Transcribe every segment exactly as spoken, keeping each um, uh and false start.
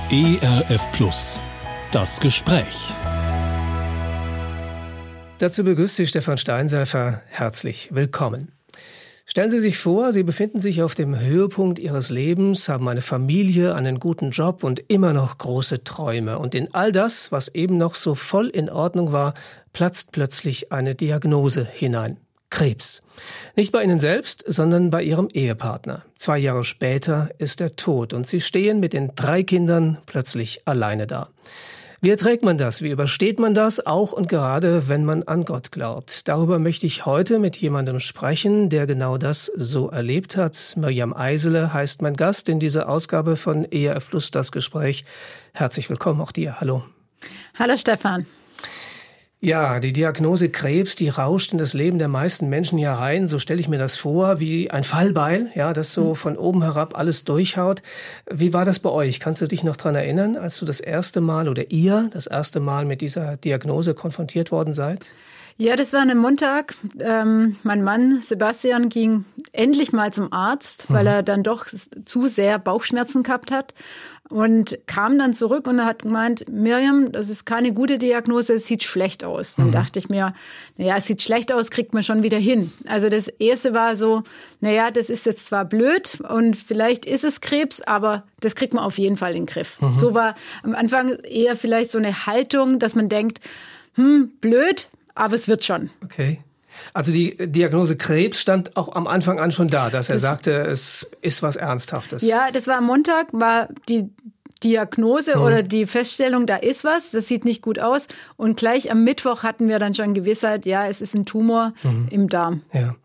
E R F Plus. Das Gespräch. Dazu begrüßt Sie Stefan Steinseifer. Herzlich willkommen. Stellen Sie sich vor, Sie befinden sich auf dem Höhepunkt Ihres Lebens, haben eine Familie, einen guten Job und immer noch große Träume. Und in all das, was eben noch so voll in Ordnung war, platzt plötzlich eine Diagnose hinein. Krebs. Nicht bei Ihnen selbst, sondern bei Ihrem Ehepartner. Zwei Jahre später ist er tot und Sie stehen mit den drei Kindern plötzlich alleine da. Wie erträgt man das? Wie übersteht man das? Auch und gerade, wenn man an Gott glaubt. Darüber möchte ich heute mit jemandem sprechen, der genau das so erlebt hat. Mirjam Eisele heißt mein Gast in dieser Ausgabe von E R F Plus, das Gespräch. Herzlich willkommen auch dir. Hallo. Hallo Stefan. Ja, die Diagnose Krebs, die rauscht in das Leben der meisten Menschen hier rein. So stelle ich mir das vor, wie ein Fallbeil, ja, das so von oben herab alles durchhaut. Wie war das bei euch? Kannst du dich noch dran erinnern, als du das erste Mal oder ihr das erste Mal mit dieser Diagnose konfrontiert worden seid? Ja, das war ein Montag. Ähm, mein Mann Sebastian ging endlich mal zum Arzt, weil er dann doch zu sehr Bauchschmerzen gehabt hat. Und kam dann zurück und hat gemeint, Mirjam, das ist keine gute Diagnose, es sieht schlecht aus. Dann mhm. dachte ich mir, naja, es sieht schlecht aus, kriegt man schon wieder hin. Also das Erste war so, naja, das ist jetzt zwar blöd und vielleicht ist es Krebs, aber das kriegt man auf jeden Fall in den Griff. Mhm. So war am Anfang eher vielleicht so eine Haltung, dass man denkt, hm, blöd, aber es wird schon. Okay. Also die Diagnose Krebs stand auch am Anfang an schon da, dass er das sagte, es ist was Ernsthaftes. Ja, das war am Montag, war die Diagnose mhm. oder die Feststellung, da ist was, das sieht nicht gut aus. Und gleich am Mittwoch hatten wir dann schon Gewissheit, ja, es ist ein Tumor mhm. im Darm. Ja.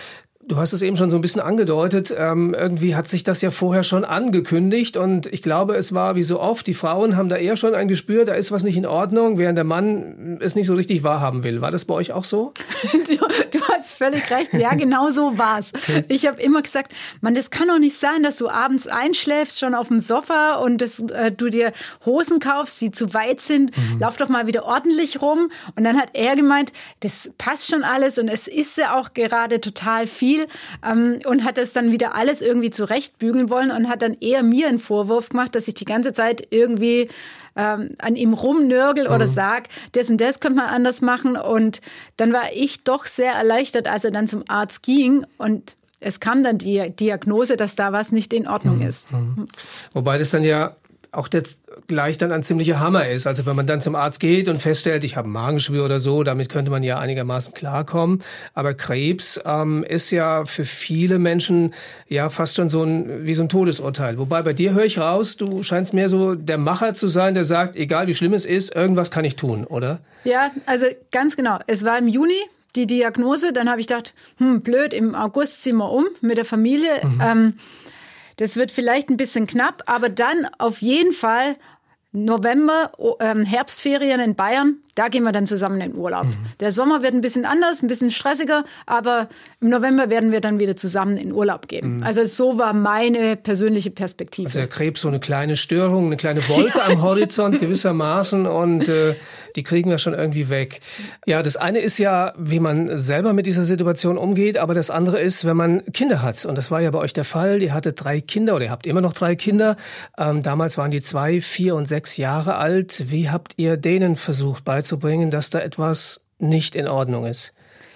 Du hast es eben schon so ein bisschen angedeutet, ähm, irgendwie hat sich das ja vorher schon angekündigt und ich glaube, es war wie so oft, die Frauen haben da eher schon ein Gespür, da ist was nicht in Ordnung, während der Mann es nicht so richtig wahrhaben will. War das bei euch auch so? du, du hast völlig recht, ja, genau so war's. Okay. Ich habe immer gesagt, Mann, das kann doch nicht sein, dass du abends einschläfst, schon auf dem Sofa und dass äh, du dir Hosen kaufst, die zu weit sind, mhm. lauf doch mal wieder ordentlich rum. Und dann hat er gemeint, das passt schon alles und es ist ja auch gerade total viel. Ähm, und hat das dann wieder alles irgendwie zurechtbügeln wollen und hat dann eher mir einen Vorwurf gemacht, dass ich die ganze Zeit irgendwie ähm, an ihm rumnörgel mhm. oder sag, das und das könnte man anders machen. Und dann war ich doch sehr erleichtert, als er dann zum Arzt ging und es kam dann die Diagnose, dass da was nicht in Ordnung mhm. ist. Mhm. Wobei das dann ja auch jetzt gleich dann ein ziemlicher Hammer ist. Also wenn man dann zum Arzt geht und feststellt, ich habe ein Magengeschwür oder so, damit könnte man ja einigermaßen klarkommen. Aber Krebs ähm, ist ja für viele Menschen ja fast schon so ein wie so ein Todesurteil. Wobei bei dir höre ich raus, du scheinst mehr so der Macher zu sein, der sagt, egal wie schlimm es ist, irgendwas kann ich tun, oder? Ja, also ganz genau. Es war im Juni die Diagnose. Dann habe ich gedacht, hm, blöd, im August ziehen wir um mit der Familie. Mhm. Ähm, Das wird vielleicht ein bisschen knapp, aber dann auf jeden Fall November, ähm, Herbstferien in Bayern, da gehen wir dann zusammen in den Urlaub. Mhm. Der Sommer wird ein bisschen anders, ein bisschen stressiger, aber im November werden wir dann wieder zusammen in Urlaub gehen. Mhm. Also so war meine persönliche Perspektive. Also der Krebs so eine kleine Störung, eine kleine Wolke ja. am Horizont gewissermaßen und äh, die kriegen wir schon irgendwie weg. Ja, das eine ist ja, wie man selber mit dieser Situation umgeht, aber das andere ist, wenn man Kinder hat. Und das war ja bei euch der Fall. Ihr hattet drei Kinder oder ihr habt immer noch drei Kinder. Ähm, damals waren die zwei, vier und sechs Jahre alt. Wie habt ihr denen versucht beizubringen, dass da etwas nicht in Ordnung ist?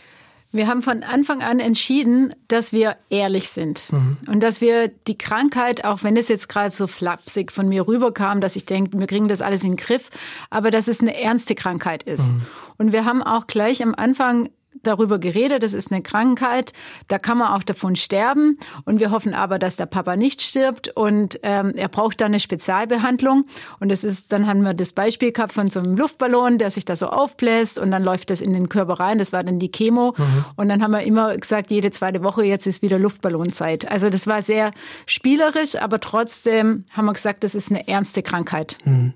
Wir haben von Anfang an entschieden, dass wir ehrlich sind. Mhm. Und dass wir die Krankheit, auch wenn es jetzt gerade so flapsig von mir rüberkam, dass ich denke, wir kriegen das alles in den Griff, aber dass es eine ernste Krankheit ist. Mhm. Und wir haben auch gleich am Anfang darüber geredet, das ist eine Krankheit, da kann man auch davon sterben und wir hoffen aber, dass der Papa nicht stirbt und ähm, er braucht dann eine Spezialbehandlung und das ist, dann haben wir das Beispiel gehabt von so einem Luftballon, der sich da so aufbläst und dann läuft das in den Körper rein, das war dann die Chemo mhm. und dann haben wir immer gesagt, jede zweite Woche, jetzt ist wieder Luftballonzeit. Also das war sehr spielerisch, aber trotzdem haben wir gesagt, das ist eine ernste Krankheit. Mhm.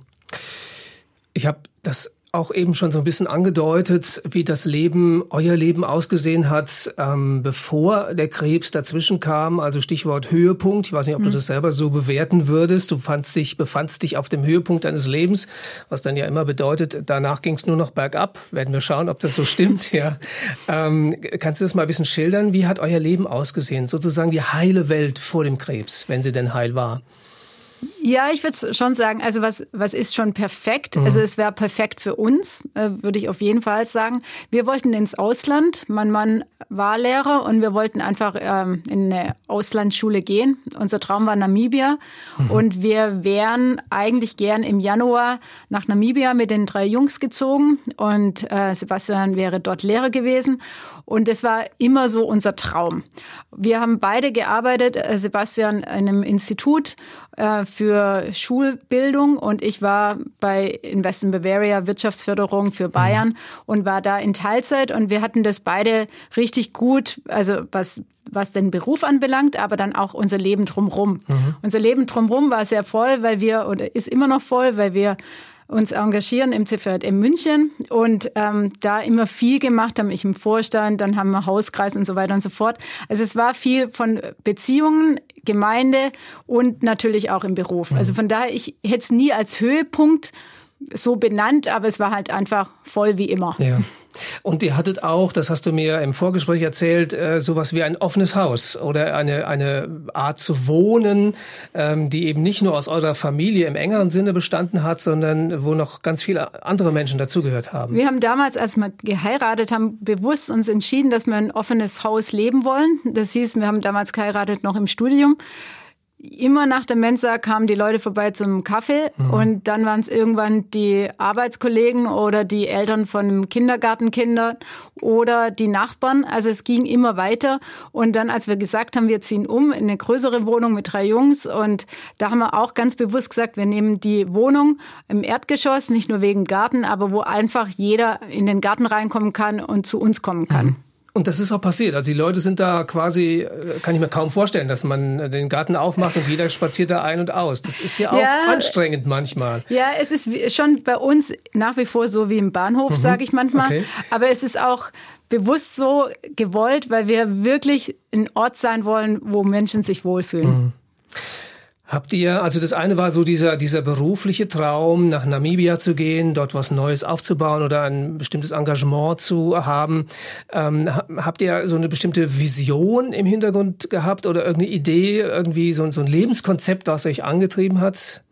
Ich habe das auch eben schon so ein bisschen angedeutet, wie das Leben, euer Leben ausgesehen hat, ähm, bevor der Krebs dazwischen kam. Also Stichwort Höhepunkt. Ich weiß nicht, ob du das selber so bewerten würdest. Du fandst dich, befandst dich auf dem Höhepunkt deines Lebens, was dann ja immer bedeutet, danach ging es nur noch bergab. Werden wir schauen, ob das so stimmt. Ja. Ähm, kannst du das mal ein bisschen schildern? Wie hat euer Leben ausgesehen? Sozusagen die heile Welt vor dem Krebs, wenn sie denn heil war. Ja, ich würde schon sagen, also was, was ist schon perfekt? Mhm. Also es wäre perfekt für uns, äh, würde ich auf jeden Fall sagen. Wir wollten ins Ausland. Mein Mann war Lehrer und wir wollten einfach ähm, in eine Auslandsschule gehen. Unser Traum war Namibia mhm. und wir wären eigentlich gern im Januar nach Namibia mit den drei Jungs gezogen und äh, Sebastian wäre dort Lehrer gewesen. Und das war immer so unser Traum. Wir haben beide gearbeitet, Sebastian in einem Institut äh, für Schulbildung und ich war bei Invest in Bavaria Wirtschaftsförderung für Bayern mhm. und war da in Teilzeit und wir hatten das beide richtig gut, also was was den Beruf anbelangt, aber dann auch unser Leben drumherum. Mhm. Unser Leben drumherum war sehr voll, weil wir, oder ist immer noch voll, weil wir uns engagieren im C V J M München und ähm, da immer viel gemacht haben, ich im Vorstand, dann haben wir Hauskreis und so weiter und so fort. Also es war viel von Beziehungen, Gemeinde und natürlich auch im Beruf. Mhm. Also von daher, ich hätte es nie als Höhepunkt so benannt, aber es war halt einfach voll wie immer. Ja. Und ihr hattet auch, das hast du mir im Vorgespräch erzählt, äh, sowas wie ein offenes Haus oder eine eine Art zu wohnen, ähm, die eben nicht nur aus eurer Familie im engeren Sinne bestanden hat, sondern wo noch ganz viele andere Menschen dazugehört haben. Wir haben damals, als wir geheiratet haben, bewusst uns entschieden, dass wir ein offenes Haus leben wollen. Das hieß, wir haben damals geheiratet noch im Studium. Immer nach der Mensa kamen die Leute vorbei zum Kaffee mhm. und dann waren es irgendwann die Arbeitskollegen oder die Eltern von Kindergartenkindern oder die Nachbarn. Also es ging immer weiter und dann, als wir gesagt haben, wir ziehen um in eine größere Wohnung mit drei Jungs und da haben wir auch ganz bewusst gesagt, wir nehmen die Wohnung im Erdgeschoss, nicht nur wegen Garten, aber wo einfach jeder in den Garten reinkommen kann und zu uns kommen kann. Mhm. Und das ist auch passiert. Also die Leute sind da quasi, kann ich mir kaum vorstellen, dass man den Garten aufmacht und jeder spaziert da ein und aus. Das ist ja auch ja, anstrengend manchmal. Ja, es ist schon bei uns nach wie vor so wie im Bahnhof, mhm. sage ich manchmal. Okay. Aber es ist auch bewusst so gewollt, weil wir wirklich ein Ort sein wollen, wo Menschen sich wohlfühlen. Mhm. Habt ihr, also das eine war so dieser dieser berufliche Traum, nach Namibia zu gehen, dort was Neues aufzubauen oder ein bestimmtes Engagement zu haben. Ähm, habt ihr so eine bestimmte Vision im Hintergrund gehabt oder irgendeine Idee, irgendwie so, so ein Lebenskonzept, das euch angetrieben hat?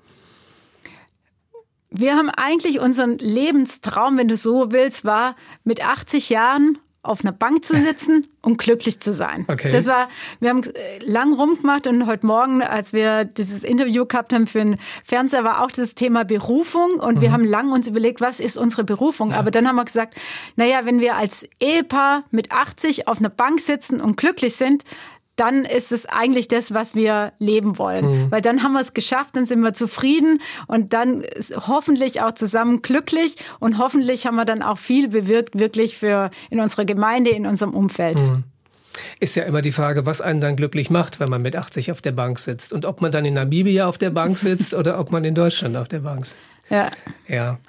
Wir haben eigentlich unseren Lebenstraum, wenn du so willst, war mit achtzig Jahren auf einer Bank zu sitzen und glücklich zu sein. Okay. Das war, wir haben lang rumgemacht und heute Morgen, als wir dieses Interview gehabt haben für den Fernseher, war auch das Thema Berufung und mhm. wir haben lang uns überlegt, was ist unsere Berufung? Ja. Aber dann haben wir gesagt, naja, wenn wir als Ehepaar mit achtzig auf einer Bank sitzen und glücklich sind, dann ist es eigentlich das, was wir leben wollen. Mhm. Weil dann haben wir es geschafft, dann sind wir zufrieden und dann ist hoffentlich auch zusammen glücklich und hoffentlich haben wir dann auch viel bewirkt, wirklich für in unserer Gemeinde, in unserem Umfeld. Mhm. Ist ja immer die Frage, was einen dann glücklich macht, wenn man mit achtzig auf der Bank sitzt. Und ob man dann in Namibia auf der Bank sitzt oder ob man in Deutschland auf der Bank sitzt. Ja. Ja.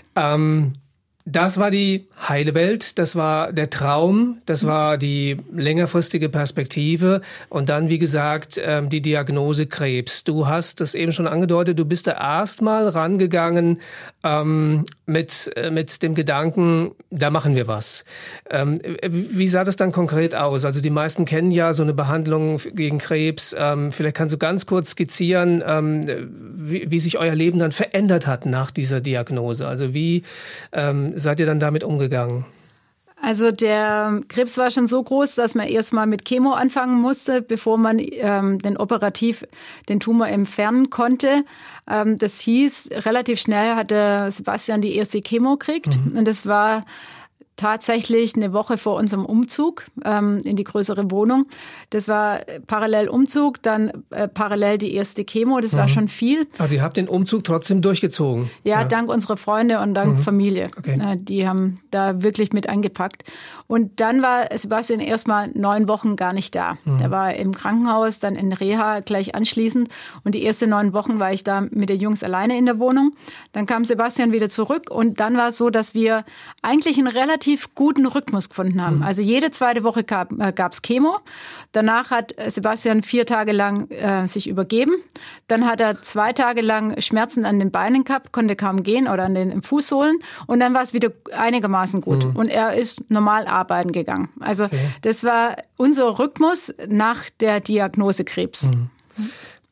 Ähm, Das war die heile Welt, das war der Traum, das war die längerfristige Perspektive und dann, wie gesagt, die Diagnose Krebs. Du hast das eben schon angedeutet, du bist da erstmal rangegangen ähm, mit, mit dem Gedanken, da machen wir was. Ähm, wie sah das dann konkret aus? Also die meisten kennen ja so eine Behandlung gegen Krebs. Ähm, vielleicht kannst du ganz kurz skizzieren, ähm, wie, wie sich euer Leben dann verändert hat nach dieser Diagnose. Also wie ähm, seid ihr dann damit umgegangen? Also der Krebs war schon so groß, dass man erstmal mit Chemo anfangen musste, bevor man ähm, den operativ den Tumor entfernen konnte. Ähm, das hieß, relativ schnell hatte Sebastian die erste Chemo gekriegt. Mhm. Und das war tatsächlich eine Woche vor unserem Umzug ähm, in die größere Wohnung. Das war parallel Umzug, dann äh, parallel die erste Chemo. Das mhm. war schon viel. Also ihr habt den Umzug trotzdem durchgezogen? Ja, ja. Dank unserer Freunde und dank mhm. Familie. Okay. Äh, die haben da wirklich mit angepackt. Und dann war Sebastian erstmal neun Wochen gar nicht da. Mhm. Der war im Krankenhaus, dann in Reha gleich anschließend. Und die ersten neun Wochen war ich da mit den Jungs alleine in der Wohnung. Dann kam Sebastian wieder zurück und dann war es so, dass wir eigentlich einen relativ guten Rhythmus gefunden haben. Mhm. Also jede zweite Woche gab es Chemo. Danach hat Sebastian vier Tage lang äh, sich übergeben. Dann hat er zwei Tage lang Schmerzen an den Beinen gehabt, konnte kaum gehen oder an den Fußsohlen. Und dann war es wieder einigermaßen gut. Mhm. Und er ist normal arbeiten gegangen. Also okay. Das war unser Rhythmus nach der Diagnose Krebs. Mhm.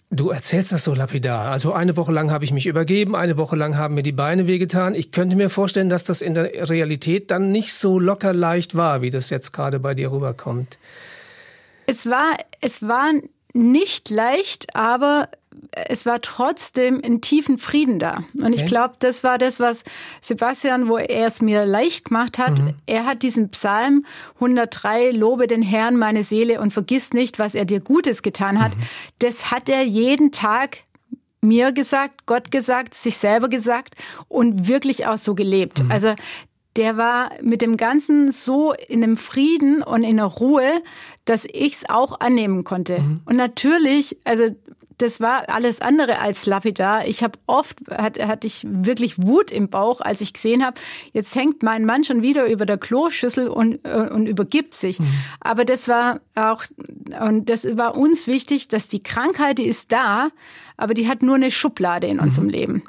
Du erzählst das so lapidar. Also eine Woche lang habe ich mich übergeben, eine Woche lang haben mir die Beine wehgetan. Ich könnte mir vorstellen, dass das in der Realität dann nicht so locker leicht war, wie das jetzt gerade bei dir rüberkommt. Es war, es war nicht leicht, aber es war trotzdem ein tiefen Frieden da. Und okay. ich glaube, das war das, was Sebastian, wo er es mir leicht gemacht hat. Mhm. Er hat diesen Psalm hundertdrei, lobe den Herrn, meine Seele, und vergiss nicht, was er dir Gutes getan hat. Mhm. Das hat er jeden Tag mir gesagt, Gott gesagt, sich selber gesagt und wirklich auch so gelebt. Mhm. Also der war mit dem Ganzen so in einem Frieden und in einer Ruhe, dass ich es auch annehmen konnte. Mhm. Und natürlich, also das war alles andere als lapidar. Ich habe oft, hat, hatte ich wirklich Wut im Bauch, als ich gesehen habe, jetzt hängt mein Mann schon wieder über der Kloschüssel und, und übergibt sich. Mhm. Aber das war auch, und das war uns wichtig, dass die Krankheit, die ist da, aber die hat nur eine Schublade in unserem mhm. Leben.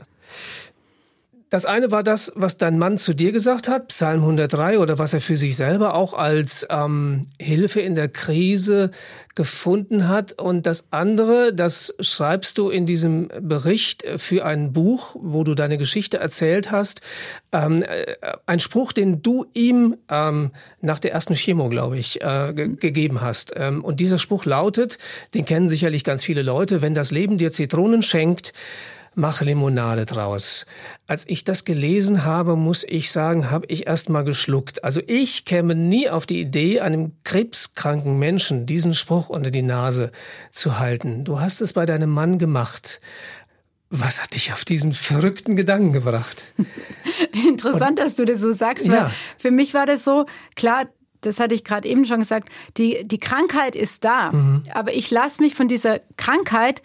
Das eine war das, was dein Mann zu dir gesagt hat, Psalm hundertdrei, oder was er für sich selber auch als ähm, Hilfe in der Krise gefunden hat. Und das andere, das schreibst du in diesem Bericht für ein Buch, wo du deine Geschichte erzählt hast. Ähm, ein Spruch, den du ihm ähm, nach der ersten Chemo, glaube ich, äh, ge- gegeben hast. Ähm, und dieser Spruch lautet, den kennen sicherlich ganz viele Leute: Wenn das Leben dir Zitronen schenkt, mach Limonade draus. Als ich das gelesen habe, muss ich sagen, habe ich erst mal geschluckt. Also ich käme nie auf die Idee, einem krebskranken Menschen diesen Spruch unter die Nase zu halten. Du hast es bei deinem Mann gemacht. Was hat dich auf diesen verrückten Gedanken gebracht? Interessant, Und, dass du das so sagst, weil ja. für mich war das so, klar, das hatte ich gerade eben schon gesagt, die, die Krankheit ist da, mhm. aber ich lasse mich von dieser Krankheit,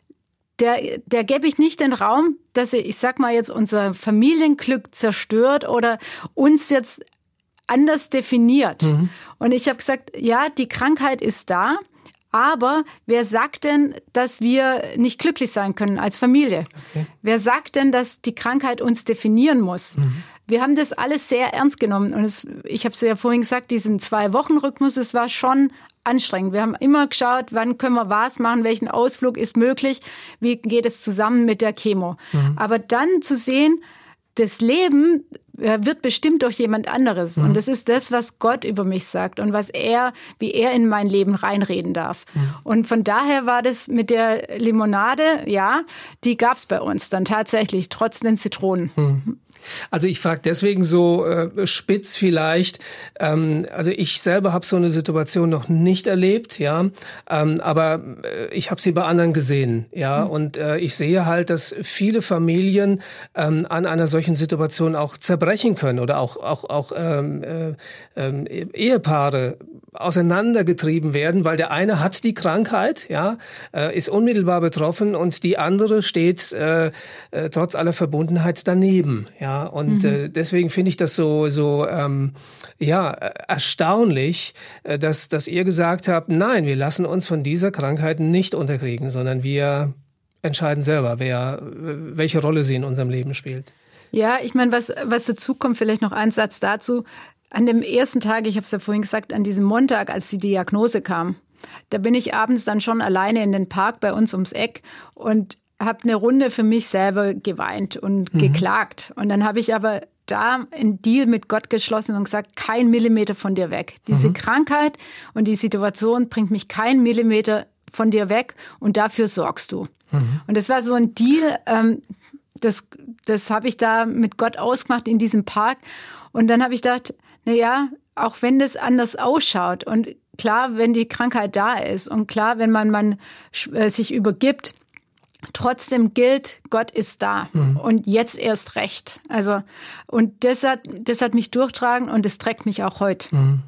Der, der gebe ich nicht den Raum, dass sie, ich sag mal jetzt, unser Familienglück zerstört oder uns jetzt anders definiert. Mhm. Und ich habe gesagt, ja, die Krankheit ist da, aber wer sagt denn, dass wir nicht glücklich sein können als Familie? Okay. Wer sagt denn, dass die Krankheit uns definieren muss? Mhm. Wir haben das alles sehr ernst genommen. Und es, ich habe es ja vorhin gesagt, diesen Zwei-Wochen-Rhythmus, es war schon anstrengend. Wir haben immer geschaut, wann können wir was machen, welchen Ausflug ist möglich, wie geht es zusammen mit der Chemo. Mhm. Aber dann zu sehen, das Leben wird bestimmt durch jemand anderes. Mhm. Und das ist das, was Gott über mich sagt und was er, wie er in mein Leben reinreden darf. Mhm. Und von daher war das mit der Limonade, ja, die gab es bei uns dann tatsächlich, trotz den Zitronen. Mhm. Also ich frage deswegen so äh, spitz vielleicht, ähm, also ich selber habe so eine Situation noch nicht erlebt, ja, ähm, aber äh, ich habe sie bei anderen gesehen, ja, mhm. und äh, ich sehe halt, dass viele Familien ähm, an einer solchen Situation auch zerbrechen können oder auch auch auch ähm, äh, äh, Ehepaare auseinandergetrieben werden, weil der eine hat die Krankheit, ja, äh, ist unmittelbar betroffen und die andere steht äh, äh, trotz aller Verbundenheit daneben, ja, und mhm. äh, deswegen finde ich das so so ähm, ja erstaunlich, äh, dass dass ihr gesagt habt, nein, wir lassen uns von dieser Krankheit nicht unterkriegen, sondern wir entscheiden selber, wer welche Rolle sie in unserem Leben spielt. Ja, ich meine, was was dazu kommt, vielleicht noch ein Satz dazu. An dem ersten Tag, ich habe es ja vorhin gesagt, an diesem Montag, als die Diagnose kam, da bin ich abends dann schon alleine in den Park bei uns ums Eck und habe eine Runde für mich selber geweint und mhm. geklagt. Und dann habe ich aber da einen Deal mit Gott geschlossen und gesagt, kein Millimeter von dir weg. Diese mhm. Krankheit und die Situation bringt mich kein Millimeter von dir weg und dafür sorgst du. Mhm. Und das war so ein Deal, ähm, das, das habe ich da mit Gott ausgemacht in diesem Park. Und dann habe ich gedacht, na ja, auch wenn das anders ausschaut und klar, wenn die Krankheit da ist und klar, wenn man, man äh, sich übergibt, trotzdem gilt, Gott ist da mhm. und jetzt erst recht. Also und das hat, das hat mich durchtragen und das trägt mich auch heute. Mhm.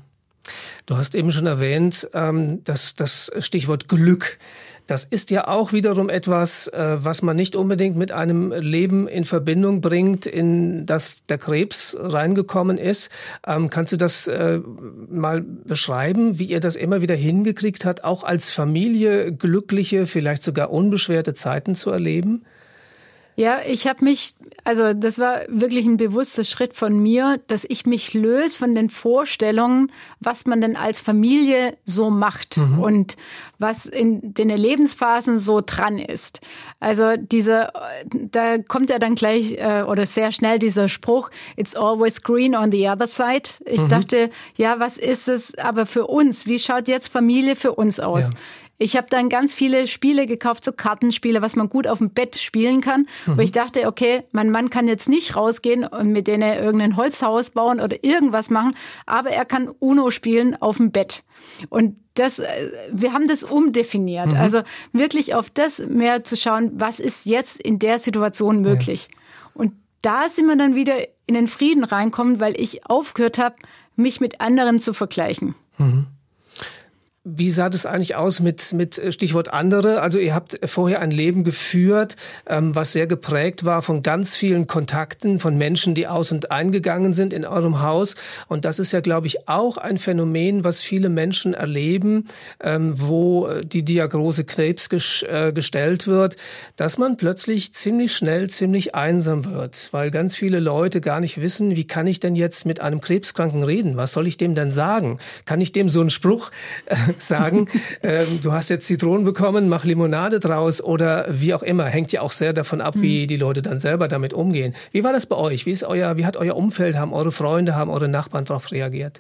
Du hast eben schon erwähnt, ähm, dass das Stichwort Glück. Das ist ja auch wiederum etwas, was man nicht unbedingt mit einem Leben in Verbindung bringt, in das der Krebs reingekommen ist. Ähm, kannst du das äh, mal beschreiben, wie ihr das immer wieder hingekriegt habt, auch als Familie glückliche, vielleicht sogar unbeschwerte Zeiten zu erleben? Ja, ich habe mich, also das war wirklich ein bewusster Schritt von mir, dass ich mich löse von den Vorstellungen, was man denn als Familie so macht mhm. und was in den Lebensphasen so dran ist. Also diese, da kommt ja dann gleich äh, oder sehr schnell dieser Spruch, it's always green on the other side. Ich mhm. dachte, ja, was ist es aber für uns? Wie schaut jetzt Familie für uns aus? Ja. Ich habe dann ganz viele Spiele gekauft, so Kartenspiele, was man gut auf dem Bett spielen kann. Mhm. Wo ich dachte, okay, mein Mann kann jetzt nicht rausgehen und mit denen irgendein Holzhaus bauen oder irgendwas machen, aber er kann Uno spielen auf dem Bett. Und das, wir haben das umdefiniert. Mhm. Also wirklich auf das mehr zu schauen, was ist jetzt in der Situation möglich. Ja. Und da sind wir dann wieder in den Frieden reinkommen, weil ich aufgehört habe, mich mit anderen zu vergleichen. Mhm. Wie sah das eigentlich aus mit, mit Stichwort andere? Also ihr habt vorher ein Leben geführt, ähm, was sehr geprägt war von ganz vielen Kontakten, von Menschen, die aus- und eingegangen sind in eurem Haus. Und das ist ja, glaube ich, auch ein Phänomen, was viele Menschen erleben, ähm, wo die Diagnose Krebs ges- äh, gestellt wird, dass man plötzlich ziemlich schnell ziemlich einsam wird, weil ganz viele Leute gar nicht wissen, wie kann ich denn jetzt mit einem Krebskranken reden? Was soll ich dem denn sagen? Kann ich dem so einen Spruch äh, sagen, ähm, du hast jetzt Zitronen bekommen, mach Limonade draus oder wie auch immer. Hängt ja auch sehr davon ab, wie die Leute dann selber damit umgehen. Wie war das bei euch? Wie ist euer, wie hat euer Umfeld, haben eure Freunde, haben eure Nachbarn darauf reagiert?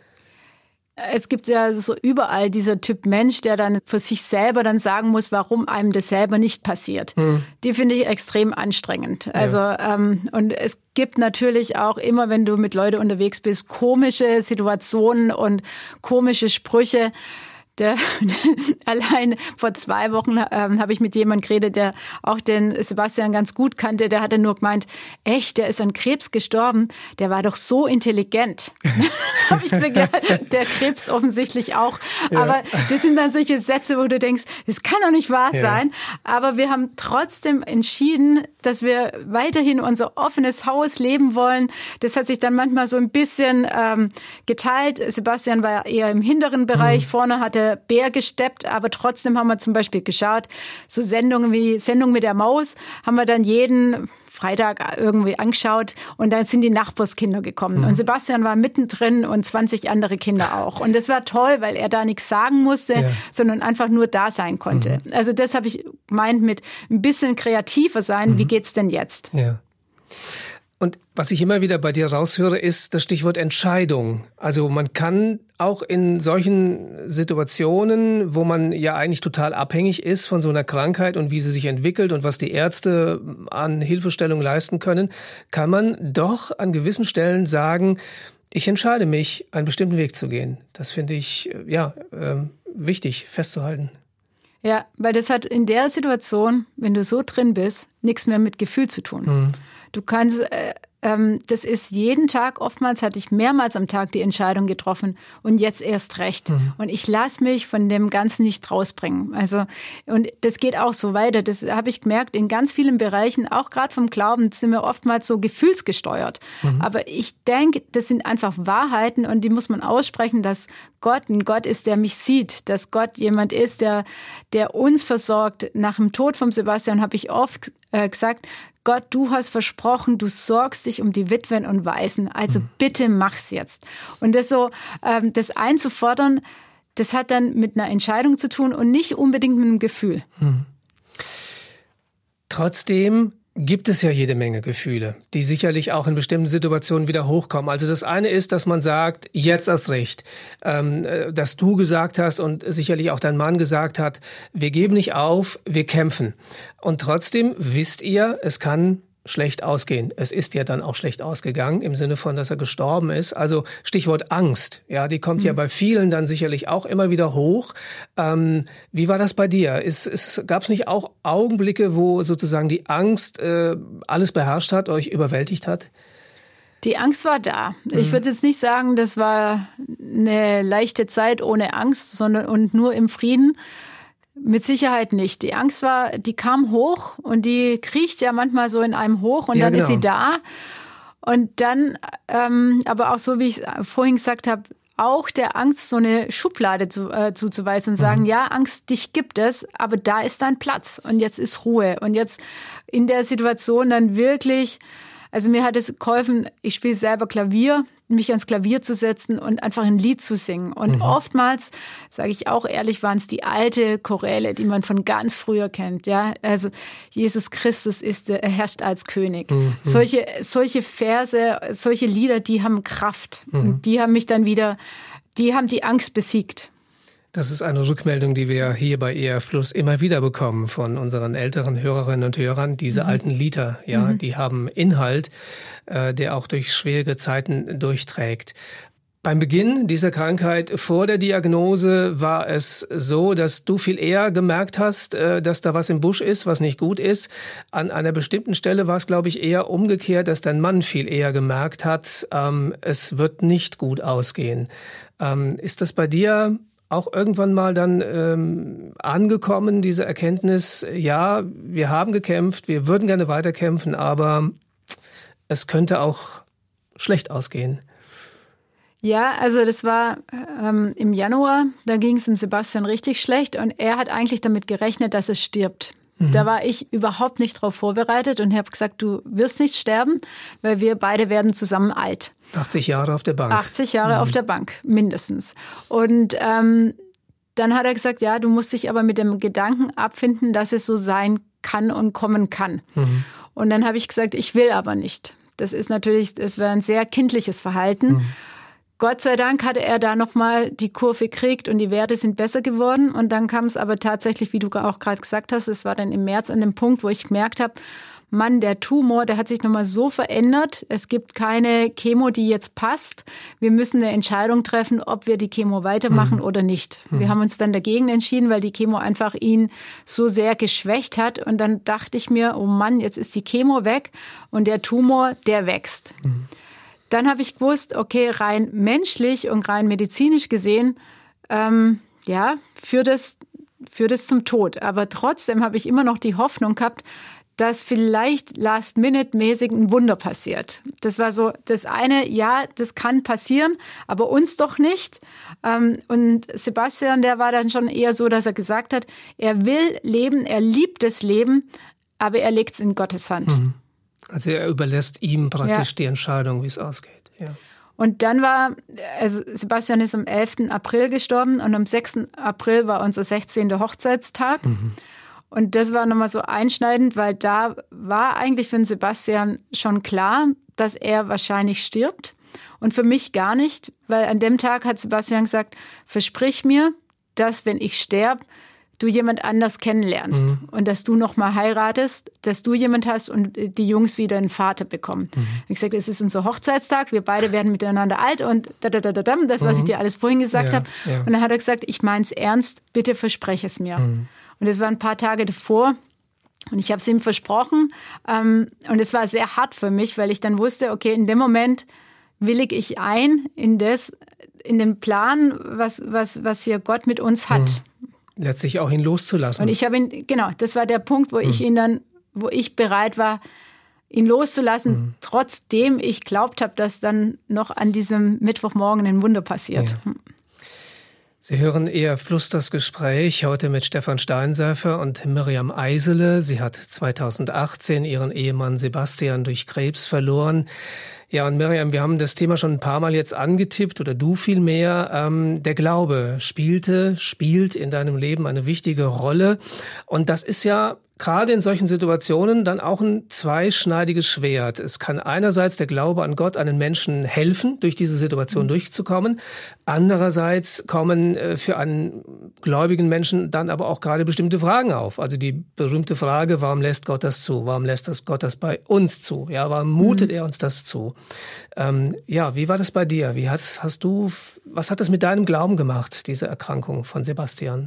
Es gibt ja so überall dieser Typ Mensch, der dann für sich selber dann sagen muss, warum einem das selber nicht passiert. Hm. Die finde ich extrem anstrengend. Also ja. ähm, und es gibt natürlich auch immer, wenn du mit Leuten unterwegs bist, komische Situationen und komische Sprüche. Der, allein vor zwei Wochen ähm, habe ich mit jemandem geredet, der auch den Sebastian ganz gut kannte. Der hatte nur gemeint, echt, der ist an Krebs gestorben. Der war doch so intelligent. Habe ich gesagt, ja, der Krebs offensichtlich auch. Ja. Aber das sind dann solche Sätze, wo du denkst, das kann doch nicht wahr ja. sein. Aber wir haben trotzdem entschieden, dass wir weiterhin unser offenes Haus leben wollen. Das hat sich dann manchmal so ein bisschen ähm, geteilt. Sebastian war eher im hinteren Bereich. Mhm. Vorne hat er Bär gesteppt, aber trotzdem haben wir zum Beispiel geschaut, so Sendungen wie Sendung mit der Maus haben wir dann jeden Freitag irgendwie angeschaut und dann sind die Nachbarskinder gekommen. Mhm. Und Sebastian war mittendrin und zwanzig andere Kinder auch. Und das war toll, weil er da nichts sagen musste, ja. sondern einfach nur da sein konnte. Mhm. Also das habe ich gemeint mit ein bisschen kreativer sein. Mhm. Wie geht's denn jetzt? Ja. Und was ich immer wieder bei dir raushöre, ist das Stichwort Entscheidung. Also man kann auch in solchen Situationen, wo man ja eigentlich total abhängig ist von so einer Krankheit und wie sie sich entwickelt und was die Ärzte an Hilfestellung leisten können, kann man doch an gewissen Stellen sagen, ich entscheide mich, einen bestimmten Weg zu gehen. Das finde ich ja ähm, wichtig festzuhalten. Ja, weil das hat in der Situation, wenn du so drin bist, nichts mehr mit Gefühl zu tun. Mhm. Du kannst, äh, ähm, das ist jeden Tag, oftmals hatte ich mehrmals am Tag die Entscheidung getroffen und jetzt erst recht. Mhm. Und ich lasse mich von dem Ganzen nicht rausbringen. Also, und das geht auch so weiter. Das habe ich gemerkt, in ganz vielen Bereichen, auch gerade vom Glauben, sind wir oftmals so gefühlsgesteuert. Mhm. Aber ich denke, das sind einfach Wahrheiten und die muss man aussprechen, dass Gott ein Gott ist, der mich sieht, dass Gott jemand ist, der, der uns versorgt. Nach dem Tod von Sebastian habe ich oft äh, gesagt, Gott, du hast versprochen, du sorgst dich um die Witwen und Waisen, also mhm. bitte mach's jetzt. Und das so, ähm, das einzufordern, das hat dann mit einer Entscheidung zu tun und nicht unbedingt mit einem Gefühl. Mhm. Trotzdem gibt es ja jede Menge Gefühle, die sicherlich auch in bestimmten Situationen wieder hochkommen. Also das eine ist, dass man sagt, jetzt erst recht, ähm, dass du gesagt hast und sicherlich auch dein Mann gesagt hat, wir geben nicht auf, wir kämpfen. Und trotzdem wisst ihr, es kann schlecht ausgehen. Es ist ja dann auch schlecht ausgegangen, im Sinne von, dass er gestorben ist. Also Stichwort Angst, ja, die kommt mhm. ja bei vielen dann sicherlich auch immer wieder hoch. Ähm, wie war das bei dir? Ist, ist, gab es nicht auch Augenblicke, wo sozusagen die Angst äh, alles beherrscht hat, euch überwältigt hat? Die Angst war da. Mhm. Ich würde jetzt nicht sagen, das war eine leichte Zeit ohne Angst, sondern und nur im Frieden. Mit Sicherheit nicht. Die Angst war, die kam hoch und die kriecht ja manchmal so in einem hoch und ja, dann genau. ist sie da. Und dann, ähm, aber auch so, wie ich vorhin gesagt habe, auch der Angst so eine Schublade zu, äh, zuzuweisen und sagen, mhm. ja, Angst, dich gibt es, aber da ist dein Platz und jetzt ist Ruhe. Und jetzt in der Situation dann wirklich, also mir hat es geholfen, ich spiele selber Klavier, mich ans Klavier zu setzen und einfach ein Lied zu singen. Und mhm. oftmals, sage ich auch ehrlich, waren es die alte Choräle, die man von ganz früher kennt. Ja, also Jesus Christus ist, er herrscht als König. Mhm. Solche, solche Verse, solche Lieder, die haben Kraft. Mhm. Und die haben mich dann wieder, die haben die Angst besiegt. Das ist eine Rückmeldung, die wir hier bei E F Plus immer wieder bekommen von unseren älteren Hörerinnen und Hörern. Diese mhm. alten Lieder, ja, mhm. die haben Inhalt, äh, der auch durch schwierige Zeiten durchträgt. Beim Beginn dieser Krankheit, vor der Diagnose, war es so, dass du viel eher gemerkt hast, äh, dass da was im Busch ist, was nicht gut ist. An einer bestimmten Stelle war es, glaube ich, eher umgekehrt, dass dein Mann viel eher gemerkt hat, ähm, es wird nicht gut ausgehen. Ähm, ist das bei dir auch irgendwann mal dann ähm, angekommen, diese Erkenntnis, ja, wir haben gekämpft, wir würden gerne weiterkämpfen, aber es könnte auch schlecht ausgehen? Ja, also das war ähm, im Januar, da ging es dem Sebastian richtig schlecht und er hat eigentlich damit gerechnet, dass er stirbt. Mhm. Da war ich überhaupt nicht drauf vorbereitet und habe gesagt, du wirst nicht sterben, weil wir beide werden zusammen alt. achtzig Jahre auf der Bank. achtzig Jahre mhm. auf der Bank, mindestens. Und ähm, dann hat er gesagt, ja, du musst dich aber mit dem Gedanken abfinden, dass es so sein kann und kommen kann. Mhm. Und dann habe ich gesagt, ich will aber nicht. Das ist natürlich, das wäre ein sehr kindliches Verhalten. Mhm. Gott sei Dank hatte er da nochmal die Kurve gekriegt und die Werte sind besser geworden. Und dann kam es aber tatsächlich, wie du auch gerade gesagt hast, es war dann im März an dem Punkt, wo ich gemerkt habe, Mann, der Tumor, der hat sich nochmal so verändert. Es gibt keine Chemo, die jetzt passt. Wir müssen eine Entscheidung treffen, ob wir die Chemo weitermachen mhm. oder nicht. Mhm. Wir haben uns dann dagegen entschieden, weil die Chemo einfach ihn so sehr geschwächt hat. Und dann dachte ich mir, oh Mann, jetzt ist die Chemo weg und der Tumor, der wächst. Mhm. Dann habe ich gewusst, okay, rein menschlich und rein medizinisch gesehen, ähm, ja, führt es, führt es zum Tod. Aber trotzdem habe ich immer noch die Hoffnung gehabt, dass vielleicht last-minute-mäßig ein Wunder passiert. Das war so das eine, ja, das kann passieren, aber uns doch nicht. Und Sebastian, der war dann schon eher so, dass er gesagt hat, er will leben, er liebt das Leben, aber er legt es in Gottes Hand. Mhm. Also er überlässt ihm praktisch ja. die Entscheidung, wie es ausgeht. Ja. Und dann war, also Sebastian ist am elften April gestorben und am sechsten April war unser sechzehnter Hochzeitstag. Mhm. Und das war nochmal so einschneidend, weil da war eigentlich für den Sebastian schon klar, dass er wahrscheinlich stirbt. Und für mich gar nicht, weil an dem Tag hat Sebastian gesagt, versprich mir, dass wenn ich sterbe, du jemand anders kennenlernst mhm. und dass du nochmal heiratest, dass du jemand hast und die Jungs wieder einen Vater bekommen. Mhm. Ich sagte, es ist unser Hochzeitstag, wir beide werden miteinander alt und da, da, da, da, da, das, was mhm. ich dir alles vorhin gesagt ja, habe. Ja. Und dann hat er gesagt, ich meine es ernst, bitte verspreche es mir. Mhm. Und es war ein paar Tage davor und ich habe es ihm versprochen. Und es war sehr hart für mich, weil ich dann wusste, okay, in dem Moment willige ich ein in das, in den Plan, was, was, was hier Gott mit uns hat. Letztlich auch ihn loszulassen. Und ich habe ihn, genau, das war der Punkt, wo ich ihn dann, wo ich bereit war, ihn loszulassen, mhm. trotzdem ich glaubt habe, dass dann noch an diesem Mittwochmorgen ein Wunder passiert. Ja. Sie hören E F Plus das Gespräch, heute mit Stefan Steinsäfer und Miriam Eisele. Sie hat zweitausendachtzehn ihren Ehemann Sebastian durch Krebs verloren. Ja, und Miriam, wir haben das Thema schon ein paar Mal jetzt angetippt, oder du vielmehr. Ähm, der Glaube spielte, spielt in deinem Leben eine wichtige Rolle. Und das ist ja gerade in solchen Situationen dann auch ein zweischneidiges Schwert. Es kann einerseits der Glaube an Gott einen Menschen helfen, durch diese Situation mhm. durchzukommen. Andererseits kommen äh, für einen gläubigen Menschen dann aber auch gerade bestimmte Fragen auf. Also die berühmte Frage, warum lässt Gott das zu? Warum lässt das Gott das bei uns zu? Ja, warum mutet mhm. er uns das zu? Ähm, ja, wie war das bei dir? Wie hast, hast du, was hat das mit deinem Glauben gemacht, diese Erkrankung von Sebastian?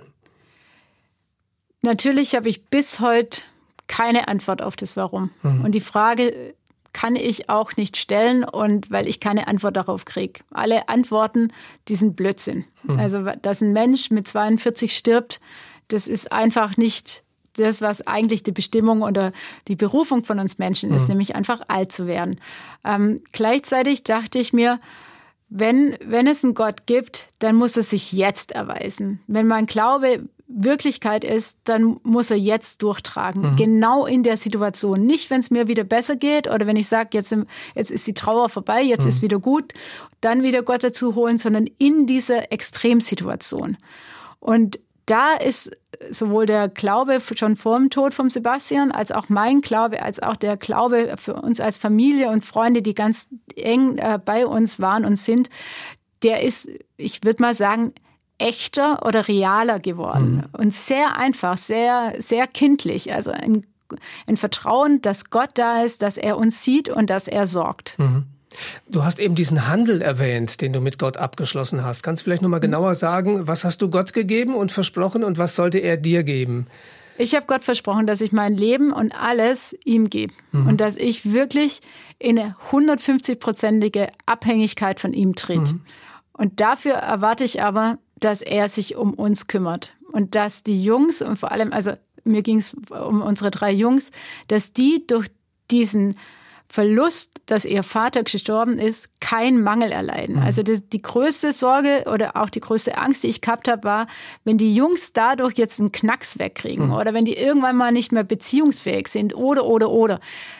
Natürlich habe ich bis heute keine Antwort auf das Warum. Mhm. Und die Frage kann ich auch nicht stellen, und weil ich keine Antwort darauf kriege. Alle Antworten, die sind Blödsinn. Mhm. Also, dass ein Mensch mit zweiundvierzig stirbt, das ist einfach nicht das, was eigentlich die Bestimmung oder die Berufung von uns Menschen ist, mhm. nämlich einfach alt zu werden. Ähm, gleichzeitig dachte ich mir, wenn, wenn es einen Gott gibt, dann muss er sich jetzt erweisen. Wenn mein Glaube Wirklichkeit ist, dann muss er jetzt durchtragen. Mhm. Genau in der Situation. Nicht, wenn es mir wieder besser geht oder wenn ich sage, jetzt, jetzt ist die Trauer vorbei, jetzt mhm. ist wieder gut, dann wieder Gott dazu holen, sondern in dieser Extremsituation. Und da ist sowohl der Glaube schon vor dem Tod von Sebastian, als auch mein Glaube, als auch der Glaube für uns als Familie und Freunde, die ganz eng äh, bei uns waren und sind, der ist, ich würde mal sagen, echter oder realer geworden. Mhm. Und sehr einfach, sehr, sehr kindlich. Also ein, ein Vertrauen, dass Gott da ist, dass er uns sieht und dass er sorgt. Mhm. Du hast eben diesen Handel erwähnt, den du mit Gott abgeschlossen hast. Kannst du vielleicht noch mal genauer sagen, was hast du Gott gegeben und versprochen und was sollte er dir geben? Ich habe Gott versprochen, dass ich mein Leben und alles ihm gebe. Mhm. Und dass ich wirklich in eine hundertfünfzig-prozentige Abhängigkeit von ihm tritt. Mhm. Und dafür erwarte ich aber, dass er sich um uns kümmert. Und dass die Jungs, und vor allem, also mir ging es um unsere drei Jungs, dass die durch diesen Verlust, dass ihr Vater gestorben ist, keinen Mangel erleiden. Mhm. Also das, die größte Sorge oder auch die größte Angst, die ich gehabt habe, war, wenn die Jungs dadurch jetzt einen Knacks wegkriegen mhm. oder wenn die irgendwann mal nicht mehr beziehungsfähig sind oder, oder, oder.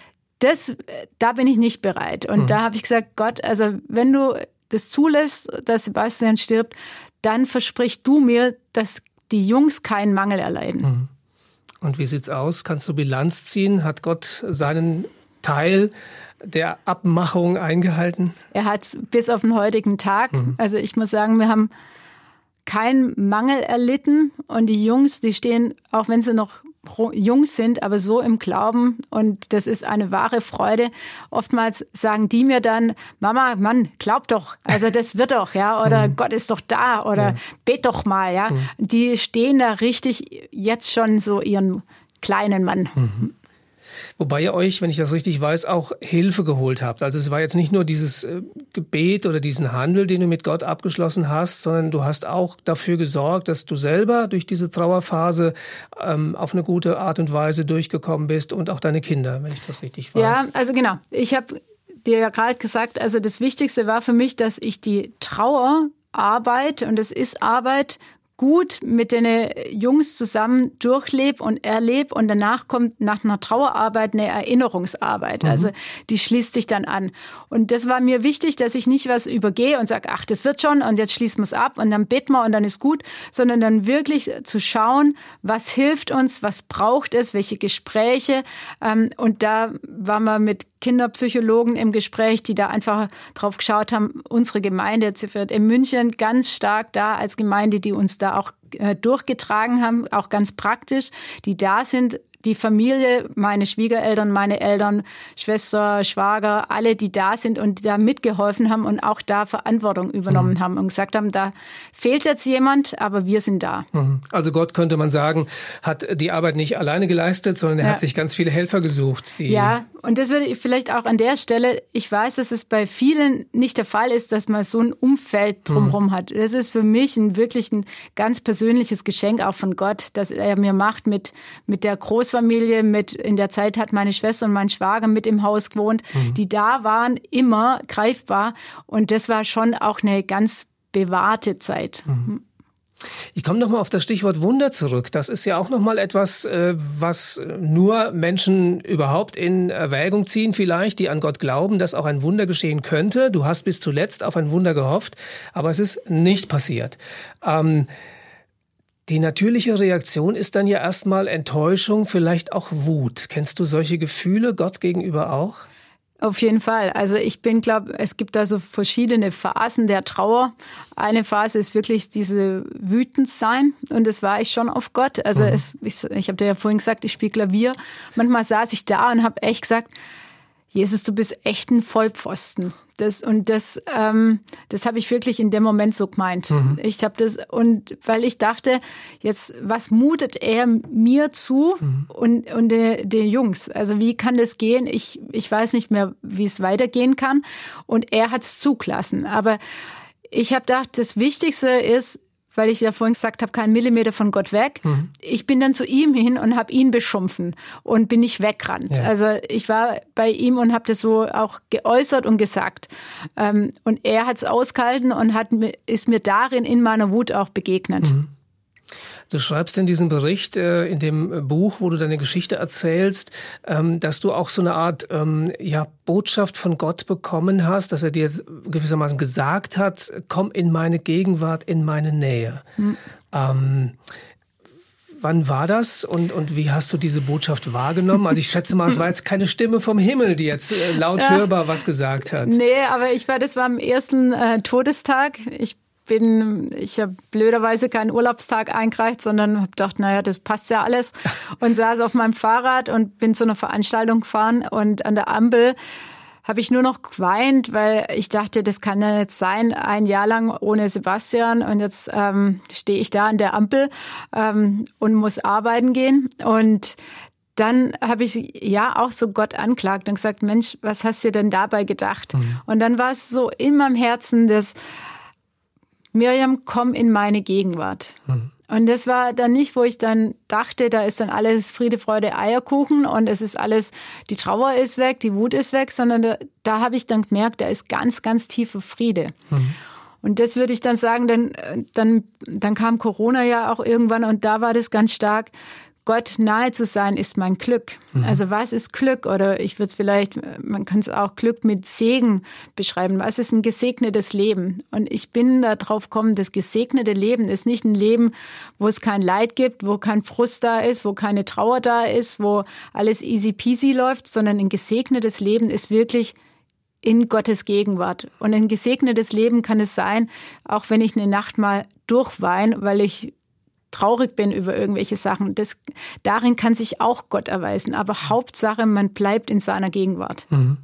Das, da bin ich nicht bereit. Und mhm. da habe ich gesagt, Gott, also wenn du das zulässt, dass Sebastian stirbt, dann versprich du mir, dass die Jungs keinen Mangel erleiden. Mhm. Und wie sieht's aus? Kannst du Bilanz ziehen? Hat Gott seinen Teil der Abmachung eingehalten? Er hat bis auf den heutigen Tag, mhm. also ich muss sagen, wir haben keinen Mangel erlitten und die Jungs, die stehen, auch wenn sie noch jung sind, aber so im Glauben und das ist eine wahre Freude. Oftmals sagen die mir dann, Mama, Mann, glaub doch, also das wird doch, ja, oder mhm. Gott ist doch da oder ja. bet doch mal, ja. Mhm. Die stehen da richtig jetzt schon so ihren kleinen Mann. Mhm. Wobei ihr euch, wenn ich das richtig weiß, auch Hilfe geholt habt. Also es war jetzt nicht nur dieses äh, Gebet oder diesen Handel, den du mit Gott abgeschlossen hast, sondern du hast auch dafür gesorgt, dass du selber durch diese Trauerphase ähm, auf eine gute Art und Weise durchgekommen bist und auch deine Kinder, wenn ich das richtig weiß. Ja, also genau. Ich habe dir ja gerade gesagt, also das Wichtigste war für mich, dass ich die Trauerarbeit, und es ist Arbeit, gut mit den Jungs zusammen durchlebe und erlebe und danach kommt nach einer Trauerarbeit eine Erinnerungsarbeit. Mhm. Also die schließt sich dann an. Und das war mir wichtig, dass ich nicht was übergehe und sage, ach, das wird schon und jetzt schließen wir es ab und dann beten wir und dann ist gut, sondern dann wirklich zu schauen, was hilft uns, was braucht es, welche Gespräche. Und da waren wir mit Kinderpsychologen im Gespräch, die da einfach drauf geschaut haben, unsere Gemeinde wird in München ganz stark da als Gemeinde, die uns da auch äh, durchgetragen haben, auch ganz praktisch, die da sind, die Familie, meine Schwiegereltern, meine Eltern, Schwester, Schwager, alle, die da sind und die da mitgeholfen haben und auch da Verantwortung übernommen mhm. haben und gesagt haben, da fehlt jetzt jemand, aber wir sind da. Also Gott, könnte man sagen, hat die Arbeit nicht alleine geleistet, sondern er ja. hat sich ganz viele Helfer gesucht. Die ja, und das würde ich vielleicht auch an der Stelle, ich weiß, dass es bei vielen nicht der Fall ist, dass man so ein Umfeld drumherum mhm. hat. Das ist für mich ein wirklich ein ganz persönliches Geschenk auch von Gott, dass er mir macht mit, mit der Großfamilie, mit, in der Zeit hat meine Schwester und mein Schwager mit im Haus gewohnt, mhm. die da waren, immer greifbar. Und das war schon auch eine ganz bewahrte Zeit. Mhm. Ich komme noch mal auf das Stichwort Wunder zurück. Das ist ja auch noch mal etwas, was nur Menschen überhaupt in Erwägung ziehen vielleicht, die an Gott glauben, dass auch ein Wunder geschehen könnte. Du hast bis zuletzt auf ein Wunder gehofft, aber es ist nicht passiert. Ähm, Die natürliche Reaktion ist dann ja erstmal Enttäuschung, vielleicht auch Wut. Kennst du solche Gefühle Gott gegenüber auch? Auf jeden Fall. Also ich bin, glaube, es gibt da so verschiedene Phasen der Trauer. Eine Phase ist wirklich diese Wütendsein und das war ich schon auf Gott. Also mhm. es, ich, ich habe dir ja vorhin gesagt, ich spiele Klavier. Manchmal saß ich da und habe echt gesagt, Jesus, du bist echt ein Vollpfosten. Das, und das, ähm, das habe ich wirklich in dem Moment so gemeint. Mhm. Ich habe das, und weil ich dachte, jetzt, was mutet er mir zu mhm. und, und den de Jungs? Also wie kann das gehen? Ich, ich weiß nicht mehr, wie es weitergehen kann. Und er hat es zugelassen. Aber ich habe gedacht, das Wichtigste ist, weil ich ja vorhin gesagt habe, kein Millimeter von Gott weg. Mhm. Ich bin dann zu ihm hin und habe ihn beschimpfen und bin nicht weggerannt. Ja. Also ich war bei ihm und habe das so auch geäußert und gesagt. Ähm, und er hat es ausgehalten und hat, ist mir darin in meiner Wut auch begegnet. Mhm. Du schreibst in diesem Bericht, äh, in dem Buch, wo du deine Geschichte erzählst, ähm, dass du auch so eine Art ähm, ja, Botschaft von Gott bekommen hast, dass er dir gewissermaßen gesagt hat, komm in meine Gegenwart, in meine Nähe. Mhm. Ähm, wann war das und, und wie hast du diese Botschaft wahrgenommen? Also ich schätze mal, es war jetzt keine Stimme vom Himmel, die jetzt äh, laut ja. hörbar was gesagt hat. Nee, aber ich war, das war am ersten äh, Todestag. Ich bin, ich habe blöderweise keinen Urlaubstag eingereicht, sondern habe gedacht, naja, das passt ja alles und saß auf meinem Fahrrad und bin zu einer Veranstaltung gefahren und an der Ampel habe ich nur noch geweint, weil ich dachte, das kann ja nicht sein, ein Jahr lang ohne Sebastian und jetzt ähm, stehe ich da an der Ampel ähm, und muss arbeiten gehen und dann habe ich ja auch so Gott anklagt und gesagt, Mensch, was hast du denn dabei gedacht? Mhm. Und dann war es so in meinem Herzen, dass Miriam, komm in meine Gegenwart. Mhm. Und das war dann nicht, wo ich dann dachte, da ist dann alles Friede, Freude, Eierkuchen und es ist alles, die Trauer ist weg, die Wut ist weg, sondern da, da habe ich dann gemerkt, da ist ganz, ganz tiefer Friede. Mhm. Und das würde ich dann sagen, dann, dann, dann kam Corona ja auch irgendwann und da war das ganz stark, Gott nahe zu sein ist mein Glück. Mhm. Also was ist Glück? Oder ich würde es vielleicht, man kann es auch Glück mit Segen beschreiben. Was ist ein gesegnetes Leben? Und ich bin da drauf gekommen, das gesegnete Leben ist nicht ein Leben, wo es kein Leid gibt, wo kein Frust da ist, wo keine Trauer da ist, wo alles easy peasy läuft, sondern ein gesegnetes Leben ist wirklich in Gottes Gegenwart. Und ein gesegnetes Leben kann es sein, auch wenn ich eine Nacht mal durchweine, weil ich traurig bin über irgendwelche Sachen. Das, darin kann sich auch Gott erweisen. Aber Hauptsache, man bleibt in seiner Gegenwart. Mhm.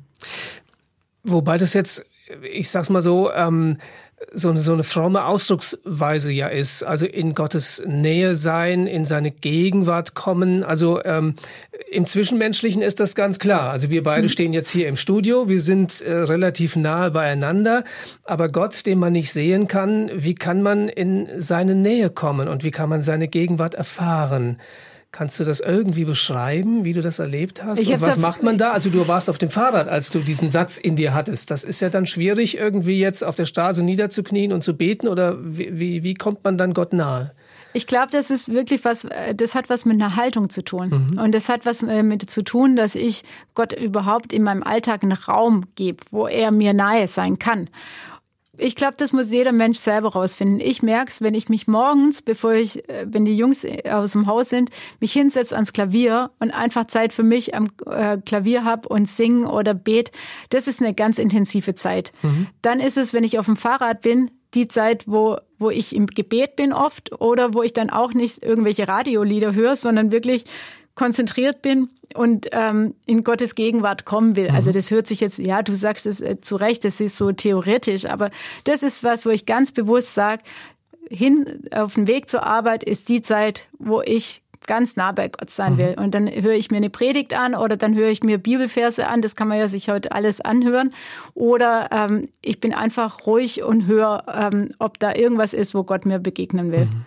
Wobei das jetzt, ich sag's mal so, ähm, so eine, so eine fromme Ausdrucksweise ja ist. Also in Gottes Nähe sein, in seine Gegenwart kommen. Also ähm, im Zwischenmenschlichen ist das ganz klar. Also wir beide mhm. stehen jetzt hier im Studio. Wir sind äh, relativ nahe beieinander. Aber Gott, den man nicht sehen kann, wie kann man in seine Nähe kommen und wie kann man seine Gegenwart erfahren? Kannst du das irgendwie beschreiben, wie du das erlebt hast? Und was macht man da? Also du warst auf dem Fahrrad, als du diesen Satz in dir hattest. Das ist ja dann schwierig, irgendwie jetzt auf der Straße niederzuknien und zu beten. Oder wie, wie, wie kommt man dann Gott nahe? Ich glaube, das ist wirklich was, das hat was mit einer Haltung zu tun. Mhm. Und das hat was mit zu tun, dass ich Gott überhaupt in meinem Alltag einen Raum gebe, wo er mir nahe sein kann. Ich glaube, das muss jeder Mensch selber rausfinden. Ich merke es, wenn ich mich morgens, bevor ich, wenn die Jungs aus dem Haus sind, mich hinsetze ans Klavier und einfach Zeit für mich am äh, Klavier habe und singe oder bete. Das ist eine ganz intensive Zeit. Mhm. Dann ist es, wenn ich auf dem Fahrrad bin, die Zeit, wo, wo ich im Gebet bin oft oder wo ich dann auch nicht irgendwelche Radiolieder höre, sondern wirklich konzentriert bin und ähm, in Gottes Gegenwart kommen will. Mhm. Also das hört sich jetzt, ja, du sagst es äh, zu Recht, das ist so theoretisch, aber das ist was, wo ich ganz bewusst sage, hin auf dem Weg zur Arbeit ist die Zeit, wo ich ganz nah bei Gott sein will. Und dann höre ich mir eine Predigt an oder dann höre ich mir Bibelverse an. Das kann man ja sich heute alles anhören. Oder ähm, ich bin einfach ruhig und höre, ähm, ob da irgendwas ist, wo Gott mir begegnen will. Mhm.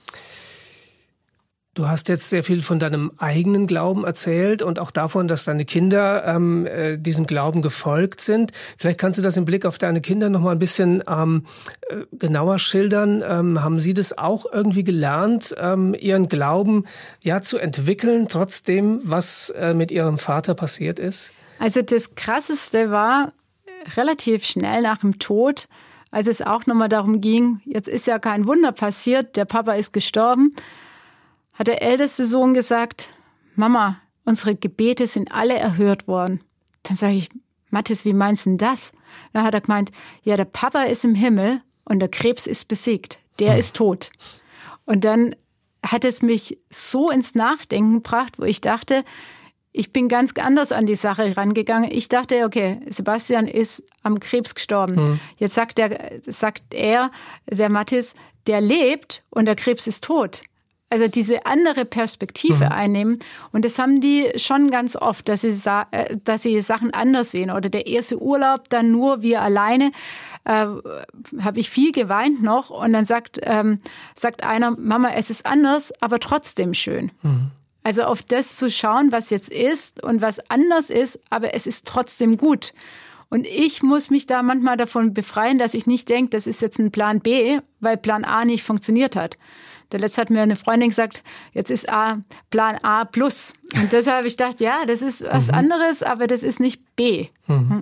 Du hast jetzt sehr viel von deinem eigenen Glauben erzählt und auch davon, dass deine Kinder ähm, äh, diesem Glauben gefolgt sind. Vielleicht kannst du das im Blick auf deine Kinder noch mal ein bisschen ähm, äh, genauer schildern. Ähm, haben sie das auch irgendwie gelernt, ähm, ihren Glauben ja zu entwickeln, trotzdem, was äh, mit ihrem Vater passiert ist? Also das Krasseste war relativ schnell nach dem Tod, als es auch noch mal darum ging, jetzt ist ja kein Wunder passiert, der Papa ist gestorben, hat der älteste Sohn gesagt, Mama, unsere Gebete sind alle erhört worden. Dann sage ich, Mathis, wie meinst du denn das? Dann hat er gemeint, ja, der Papa ist im Himmel und der Krebs ist besiegt. Der hm. ist tot. Und dann hat es mich so ins Nachdenken gebracht, wo ich dachte, ich bin ganz anders an die Sache rangegangen. Ich dachte, okay, Sebastian ist am Krebs gestorben. Hm. Jetzt sagt, der, sagt er, der Mathis, der lebt und der Krebs ist tot. also diese andere Perspektive mhm. einnehmen. Und das haben die schon ganz oft, dass sie, dass sie Sachen anders sehen. Oder der erste Urlaub, dann nur wir alleine, äh, habe ich viel geweint noch. Und dann sagt, ähm, sagt einer, Mama, es ist anders, aber trotzdem schön. Mhm. Also auf das zu schauen, was jetzt ist und was anders ist, aber es ist trotzdem gut. Und ich muss mich da manchmal davon befreien, dass ich nicht denke, das ist jetzt ein Plan B, weil Plan A nicht funktioniert hat. Der letzte hat mir eine Freundin gesagt, jetzt ist A Plan A plus. Und deshalb habe ich gedacht, ja, das ist was mhm. anderes, aber das ist nicht B. Mhm.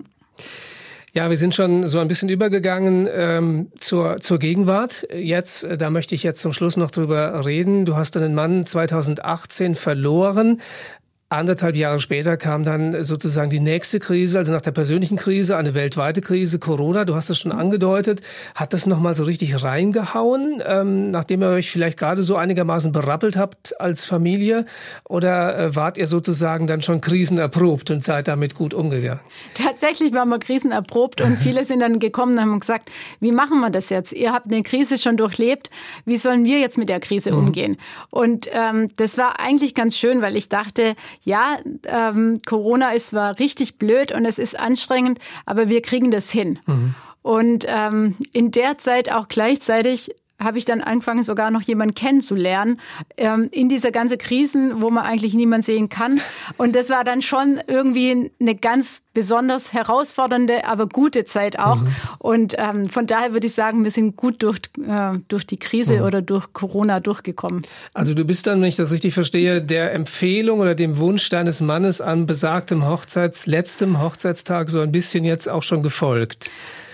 Ja, wir sind schon so ein bisschen übergegangen ähm, zur, zur Gegenwart. Jetzt, da möchte ich jetzt zum Schluss noch drüber reden. Du hast deinen Mann zweitausendachtzehn verloren. Anderthalb Jahre später kam dann sozusagen die nächste Krise, also nach der persönlichen Krise, eine weltweite Krise, Corona. Du hast es schon angedeutet. Hat das nochmal so richtig reingehauen, ähm, nachdem ihr euch vielleicht gerade so einigermaßen berappelt habt als Familie? Oder äh, wart ihr sozusagen dann schon krisenerprobt und seid damit gut umgegangen? Tatsächlich waren wir krisenerprobt und viele sind dann gekommen und haben gesagt, wie machen wir das jetzt? Ihr habt eine Krise schon durchlebt. Wie sollen wir jetzt mit der Krise mhm. umgehen? Und ähm, das war eigentlich ganz schön, weil ich dachte, ja, ähm, Corona ist zwar richtig blöd und es ist anstrengend, aber wir kriegen das hin. Mhm. Und ähm, in der Zeit auch gleichzeitig habe ich dann angefangen, sogar noch jemanden kennenzulernen, ähm, in dieser ganzen Krisen, wo man eigentlich niemand sehen kann. Und das war dann schon irgendwie eine ganz besonders herausfordernde, aber gute Zeit auch. Mhm. Und ähm, von daher würde ich sagen, wir sind gut durch, äh, durch die Krise mhm. oder durch Corona durchgekommen. Also du bist dann, wenn ich das richtig verstehe, der Empfehlung oder dem Wunsch deines Mannes an besagtem Hochzeits, letztem Hochzeitstag so ein bisschen jetzt auch schon gefolgt.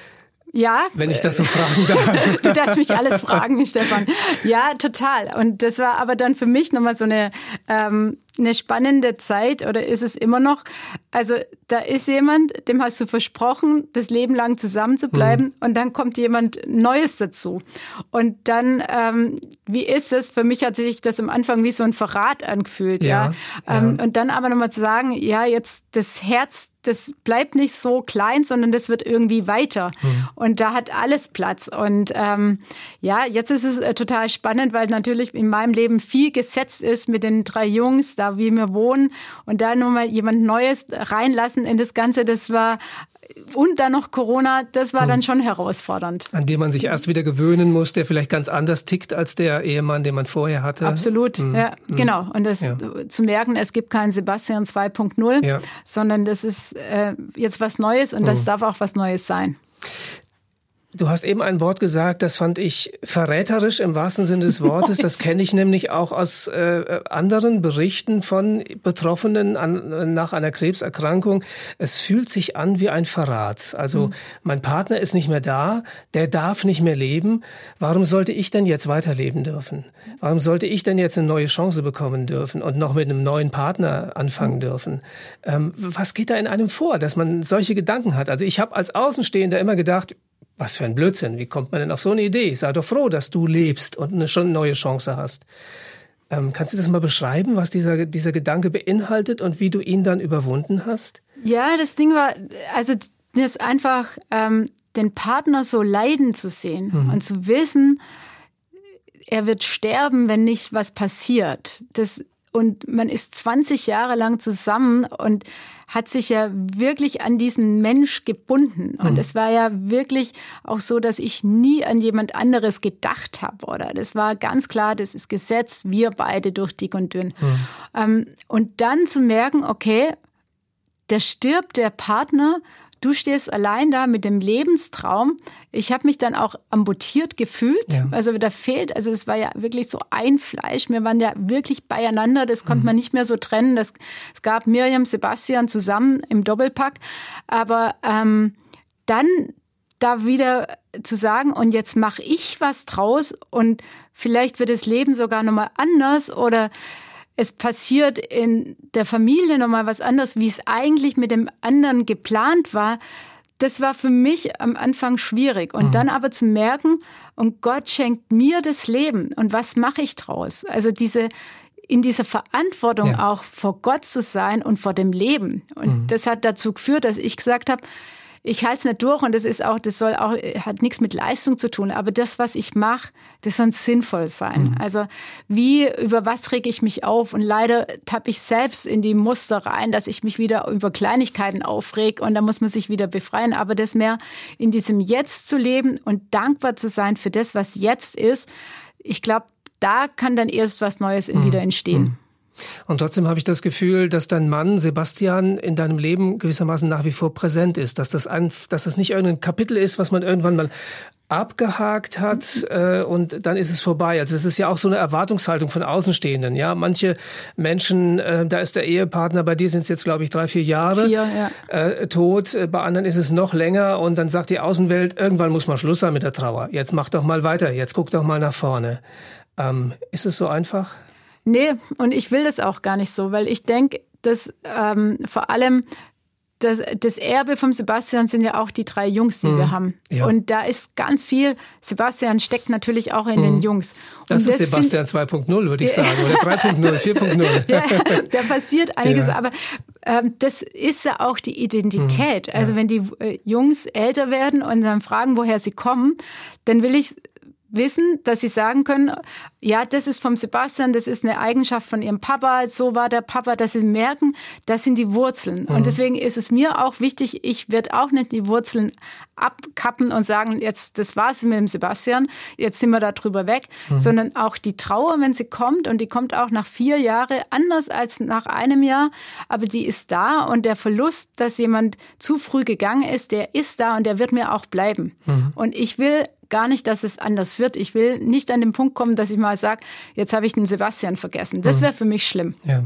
Ja. Wenn ich das so fragen darf. Du darfst mich alles fragen, Stefan. Ja, total. Und das war aber dann für mich nochmal so eine, ähm, eine spannende Zeit, oder ist es immer noch. Also da ist jemand, dem hast du versprochen, das Leben lang zusammen zu bleiben, mhm. und dann kommt jemand Neues dazu. Und dann, ähm, wie ist es? Für mich hat sich das am Anfang wie so ein Verrat angefühlt. Ja, ja. Ähm, ja. Und dann aber nochmal zu sagen, ja, jetzt das Herz, das bleibt nicht so klein, sondern das wird irgendwie weiter. Mhm. Und da hat alles Platz. Und ähm, ja, jetzt ist es äh, total spannend, weil natürlich in meinem Leben viel gesetzt ist mit den drei Jungs, da wie wir wohnen. Und da nochmal jemand Neues reinlassen in das Ganze, das war... Und dann noch Corona, das war dann schon herausfordernd. An dem man sich erst wieder gewöhnen muss, der vielleicht ganz anders tickt als der Ehemann, den man vorher hatte. Absolut, mhm. ja, mhm. genau. Und das ja. zu merken, es gibt keinen Sebastian zwei Punkt null, ja. sondern das ist äh, jetzt was Neues und mhm. das darf auch was Neues sein. Du hast eben ein Wort gesagt, das fand ich verräterisch im wahrsten Sinne des Wortes. Das kenne ich nämlich auch aus äh, anderen Berichten von Betroffenen an, nach einer Krebserkrankung. Es fühlt sich an wie ein Verrat. Also mhm. mein Partner ist nicht mehr da, der darf nicht mehr leben. Warum sollte ich denn jetzt weiterleben dürfen? Warum sollte ich denn jetzt eine neue Chance bekommen dürfen und noch mit einem neuen Partner anfangen mhm. dürfen? Ähm, was geht da in einem vor, dass man solche Gedanken hat? Also ich habe als Außenstehender immer gedacht, was für ein Blödsinn, wie kommt man denn auf so eine Idee? Sei doch froh, dass du lebst und eine schon neue Chance hast. Ähm, kannst du das mal beschreiben, was dieser, dieser Gedanke beinhaltet und wie du ihn dann überwunden hast? Ja, das Ding war, also das ist einfach, ähm, den Partner so leiden zu sehen mhm. und zu wissen, er wird sterben, wenn nicht was passiert. Das, und man ist zwanzig Jahre lang zusammen und hat sich ja wirklich an diesen Mensch gebunden. Und es mhm. war ja wirklich auch so, dass ich nie an jemand anderes gedacht habe. Oder das war ganz klar, das ist Gesetz, wir beide durch dick und dünn. Mhm. Ähm, und dann zu merken, okay, da stirbt der Partner, du stehst allein da mit dem Lebenstraum. Ich habe mich dann auch amputiert gefühlt. Ja. Also da fehlt, also es war ja wirklich so ein Fleisch. Wir waren ja wirklich beieinander. Das konnte mhm. man nicht mehr so trennen. Das, es gab Miriam, Sebastian zusammen im Doppelpack. Aber ähm, dann da wieder zu sagen, und jetzt mache ich was draus und vielleicht wird das Leben sogar nochmal anders oder es passiert in der Familie nochmal was anderes, wie es eigentlich mit dem anderen geplant war. Das war für mich am Anfang schwierig. Und mhm. dann aber zu merken, und Gott schenkt mir das Leben. Und was mache ich draus? Also diese, in dieser Verantwortung ja. auch vor Gott zu sein und vor dem Leben. Und mhm. das hat dazu geführt, dass ich gesagt habe, ich halte es nicht durch und das ist auch, das soll auch, hat nichts mit Leistung zu tun. Aber das, was ich mache, das soll sinnvoll sein. Mhm. Also wie, über was rege ich mich auf? Und leider tappe ich selbst in die Muster rein, dass ich mich wieder über Kleinigkeiten aufreg und da muss man sich wieder befreien. Aber das mehr in diesem Jetzt zu leben und dankbar zu sein für das, was jetzt ist, ich glaube, da kann dann erst was Neues mhm. wieder entstehen. Mhm. Und trotzdem habe ich das Gefühl, dass dein Mann Sebastian in deinem Leben gewissermaßen nach wie vor präsent ist, dass das, ein, dass das nicht irgendein Kapitel ist, was man irgendwann mal abgehakt hat äh, und dann ist es vorbei. Also es ist ja auch so eine Erwartungshaltung von Außenstehenden. Ja, manche Menschen, äh, da ist der Ehepartner, bei dir sind es jetzt glaube ich drei, vier Jahre vier, ja. äh, tot, bei anderen ist es noch länger und dann sagt die Außenwelt, irgendwann muss mal Schluss sein mit der Trauer. Jetzt mach doch mal weiter, jetzt guck doch mal nach vorne. Ähm, ist es so einfach? Nee, und ich will das auch gar nicht so, weil ich denke, dass ähm, vor allem das, das Erbe vom Sebastian sind ja auch die drei Jungs, die mhm. wir haben. Ja. Und da ist ganz viel, Sebastian steckt natürlich auch in mhm. den Jungs. Und das ist das Sebastian zwei Punkt null, würde ich sagen, oder drei Punkt null, vier Punkt null. Ja, da passiert einiges, ja. aber ähm, das ist ja auch die Identität. Mhm. Also ja. wenn die äh, Jungs älter werden und dann fragen, woher sie kommen, dann will ich wissen, dass sie sagen können, ja, das ist vom Sebastian, das ist eine Eigenschaft von ihrem Papa, so war der Papa, dass sie merken, das sind die Wurzeln. Mhm. Und deswegen ist es mir auch wichtig, ich werde auch nicht die Wurzeln abkappen und sagen, jetzt, das war's mit dem Sebastian, jetzt sind wir da drüber weg, mhm. sondern auch die Trauer, wenn sie kommt, und die kommt auch nach vier Jahren, anders als nach einem Jahr, aber die ist da und der Verlust, dass jemand zu früh gegangen ist, der ist da und der wird mir auch bleiben. Mhm. Und ich will gar nicht, dass es anders wird. Ich will nicht an den Punkt kommen, dass ich mal sage, jetzt habe ich den Sebastian vergessen. Das wäre für mich schlimm. Ja.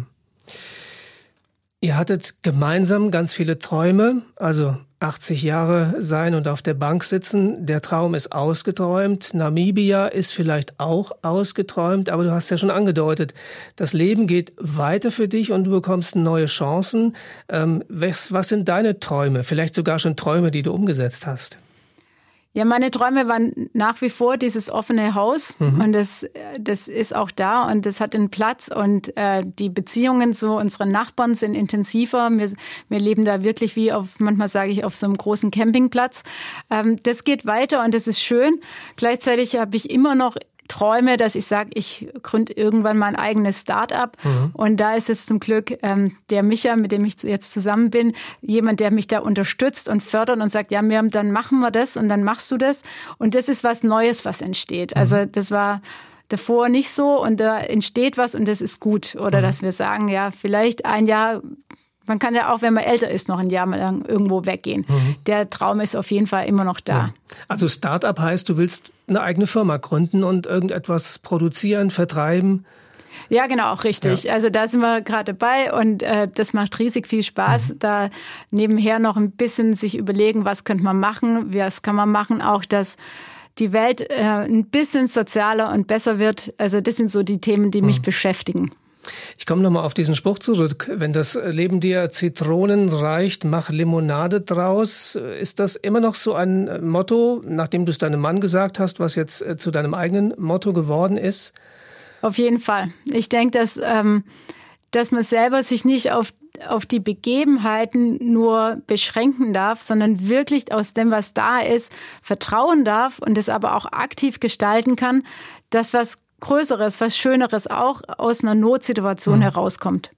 Ihr hattet gemeinsam ganz viele Träume, also achtzig Jahre sein und auf der Bank sitzen. Der Traum ist ausgeträumt. Namibia ist vielleicht auch ausgeträumt, aber du hast ja schon angedeutet, das Leben geht weiter für dich und du bekommst neue Chancen. Ähm, was, was sind deine Träume? Vielleicht sogar schon Träume, die du umgesetzt hast? Ja, meine Träume waren nach wie vor dieses offene Haus mhm. und das, das ist auch da und das hat einen Platz und äh, die Beziehungen zu unseren Nachbarn sind intensiver. Wir, wir leben da wirklich wie auf, manchmal sage ich, auf so einem großen Campingplatz. Ähm, das geht weiter und das ist schön. Gleichzeitig habe ich immer noch Träume, dass ich sage, ich gründe irgendwann mein eigenes Start-up. Mhm. Und da ist jetzt zum Glück ähm, der Micha, mit dem ich jetzt zusammen bin, jemand, der mich da unterstützt und fördert und sagt, ja, Miriam, dann machen wir das und dann machst du das. Und das ist was Neues, was entsteht. Mhm. Also das war davor nicht so und da entsteht was und das ist gut. Oder mhm. dass wir sagen, ja, vielleicht ein Jahr. Man kann ja auch, wenn man älter ist, noch ein Jahr lang irgendwo weggehen. Mhm. Der Traum ist auf jeden Fall immer noch da. Ja. Also Start-up heißt, du willst eine eigene Firma gründen und irgendetwas produzieren, vertreiben? Ja, genau, richtig. Ja. Also da sind wir gerade dabei und äh, das macht riesig viel Spaß. Mhm. Da nebenher noch ein bisschen sich überlegen, was könnte man machen, was kann man machen, auch dass die Welt äh, ein bisschen sozialer und besser wird. Also das sind so die Themen, die mich mhm. beschäftigen. Ich komme nochmal auf diesen Spruch zurück. Wenn das Leben dir Zitronen reicht, mach Limonade draus. Ist das immer noch so ein Motto, nachdem du es deinem Mann gesagt hast, was jetzt zu deinem eigenen Motto geworden ist? Auf jeden Fall. Ich denke, dass, ähm, dass man selber sich nicht auf, auf die Begebenheiten nur beschränken darf, sondern wirklich aus dem, was da ist, vertrauen darf und es aber auch aktiv gestalten kann, dass was Größeres, was Schöneres auch aus einer Notsituation mhm. herauskommt.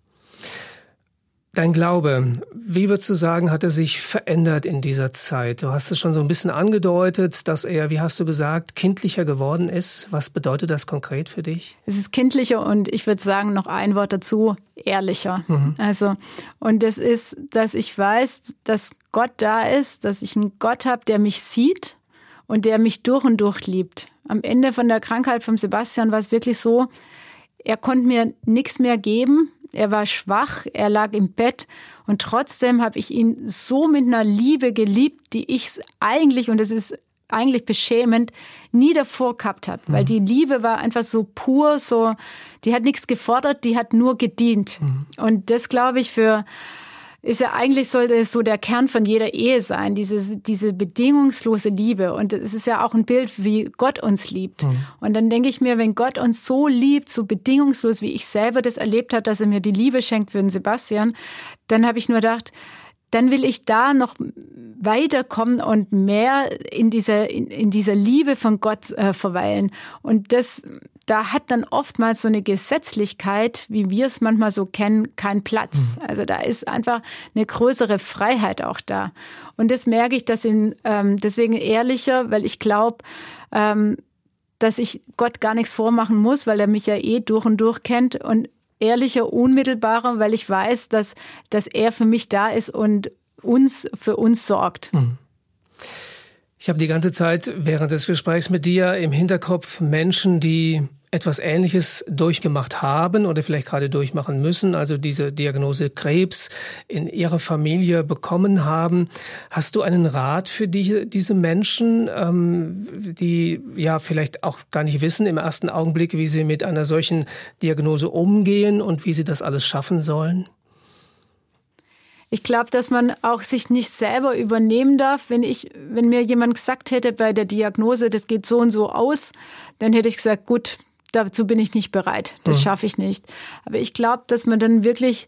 Dein Glaube, wie würdest du sagen, hat er sich verändert in dieser Zeit? Du hast es schon so ein bisschen angedeutet, dass er, wie hast du gesagt, kindlicher geworden ist. Was bedeutet das konkret für dich? Es ist kindlicher und ich würde sagen, noch ein Wort dazu, ehrlicher. Mhm. Also, und das ist, dass ich weiß, dass Gott da ist, dass ich einen Gott habe, der mich sieht und der mich durch und durch liebt. Am Ende von der Krankheit von Sebastian war es wirklich so, er konnte mir nichts mehr geben. Er war schwach, er lag im Bett und trotzdem habe ich ihn so mit einer Liebe geliebt, die ich eigentlich, und das ist eigentlich beschämend, nie davor gehabt habe. Mhm. Weil die Liebe war einfach so pur, so, die hat nichts gefordert, die hat nur gedient. Mhm. Und das, glaube ich, für ist ja eigentlich, sollte es so der Kern von jeder Ehe sein, diese, diese bedingungslose Liebe. Und es ist ja auch ein Bild, wie Gott uns liebt. Mhm. Und dann denke ich mir, wenn Gott uns so liebt, so bedingungslos, wie ich selber das erlebt habe, dass er mir die Liebe schenkt für den Sebastian, dann habe ich nur gedacht, dann will ich da noch weiterkommen und mehr in dieser, in, in dieser Liebe von Gott äh, verweilen. Und das, da hat dann oftmals so eine Gesetzlichkeit, wie wir es manchmal so kennen, keinen Platz. Mhm. Also da ist einfach eine größere Freiheit auch da. Und das merke ich, dass in, ähm, deswegen ehrlicher, weil ich glaube, ähm, dass ich Gott gar nichts vormachen muss, weil er mich ja eh durch und durch kennt, und ehrlicher, unmittelbarer, weil ich weiß, dass, dass er für mich da ist und uns für uns sorgt. Ich habe die ganze Zeit während des Gesprächs mit dir im Hinterkopf Menschen, die etwas Ähnliches durchgemacht haben oder vielleicht gerade durchmachen müssen, also diese Diagnose Krebs in ihrer Familie bekommen haben. Hast du einen Rat für die, diese Menschen, ähm, die ja vielleicht auch gar nicht wissen im ersten Augenblick, wie sie mit einer solchen Diagnose umgehen und wie sie das alles schaffen sollen? Ich glaube, dass man auch sich nicht selber übernehmen darf. Wenn ich, wenn mir jemand gesagt hätte bei der Diagnose, das geht so und so aus, dann hätte ich gesagt, gut, dazu bin ich nicht bereit. Das schaffe ich nicht. Aber ich glaube, dass man dann wirklich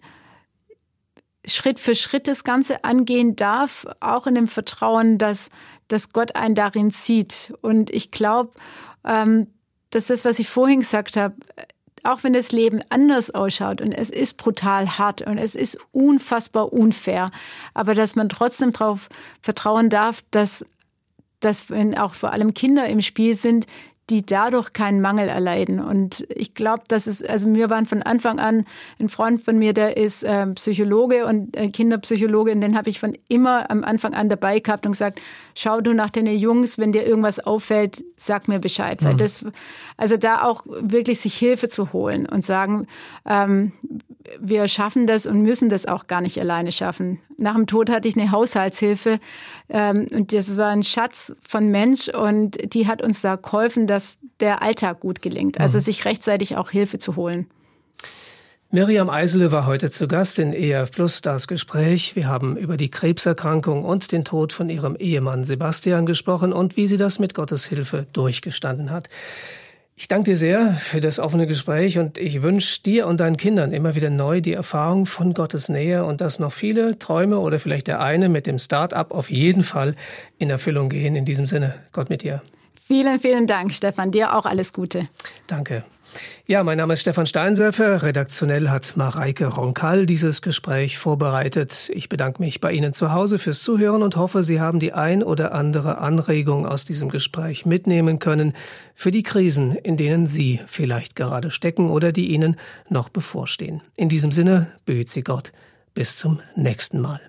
Schritt für Schritt das Ganze angehen darf, auch in dem Vertrauen, dass, dass Gott einen darin sieht. Und ich glaube, ähm, dass das, was ich vorhin gesagt habe, auch wenn das Leben anders ausschaut und es ist brutal hart und es ist unfassbar unfair, aber dass man trotzdem darauf vertrauen darf, dass, dass wenn auch vor allem Kinder im Spiel sind, die dadurch keinen Mangel erleiden. Und ich glaube, dass es, also wir waren von Anfang an, ein Freund von mir, der ist äh, Psychologe und äh, Kinderpsychologe, und den habe ich von immer am Anfang an dabei gehabt und gesagt, schau du nach deinen Jungs, wenn dir irgendwas auffällt, sag mir Bescheid. Mhm. Weil das, also da auch wirklich sich Hilfe zu holen und sagen, ähm, wir schaffen das und müssen das auch gar nicht alleine schaffen. Nach dem Tod hatte ich eine Haushaltshilfe, ähm, und das war ein Schatz von Mensch, und die hat uns da geholfen, dass der Alltag gut gelingt. Also mhm. sich rechtzeitig auch Hilfe zu holen. Miriam Eisele war heute zu Gast in E R F Plus, das Gespräch. Wir haben über die Krebserkrankung und den Tod von ihrem Ehemann Sebastian gesprochen und wie sie das mit Gottes Hilfe durchgestanden hat. Ich danke dir sehr für das offene Gespräch und ich wünsche dir und deinen Kindern immer wieder neu die Erfahrung von Gottes Nähe und dass noch viele Träume oder vielleicht der eine mit dem Start-up auf jeden Fall in Erfüllung gehen. In diesem Sinne, Gott mit dir. Vielen, vielen Dank, Stefan. Dir auch alles Gute. Danke. Ja, mein Name ist Stefan Steinsäfer. Redaktionell hat Mareike Ronkal dieses Gespräch vorbereitet. Ich bedanke mich bei Ihnen zu Hause fürs Zuhören und hoffe, Sie haben die ein oder andere Anregung aus diesem Gespräch mitnehmen können für die Krisen, in denen Sie vielleicht gerade stecken oder die Ihnen noch bevorstehen. In diesem Sinne behüt Sie Gott. Bis zum nächsten Mal.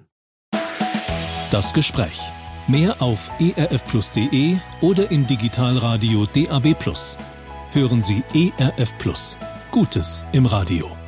Das Gespräch. Mehr auf e r f plus punkt de oder im Digitalradio D A B plus. Hören Sie E R F Plus. Gutes im Radio.